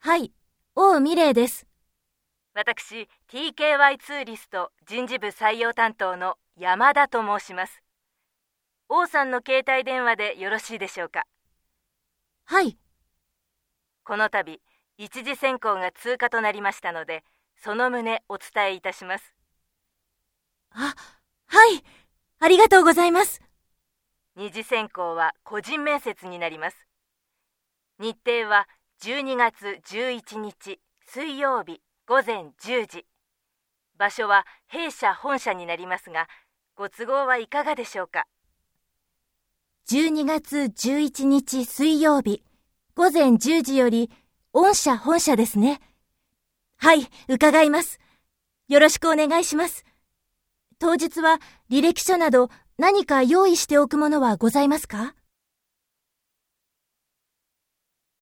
はい、王美玲です。 私、TKY ツーリスト人事部採用担当の山田と申します。王さんの携帯電話でよろしいでしょうか？ はい。 この度、一次選考が通過となりましたので、その旨お伝えいたします。 はい。ありがとうございます。 二次選考は個人面接になります。日程は12月11日水曜日午前10時。場所は弊社本社になりますが、ご都合はいかがでしょうか ？12月11日水曜日午前10時より御社本社ですね。はい、伺います。よろしくお願いします。当日は履歴書など何か用意しておくものはございますか？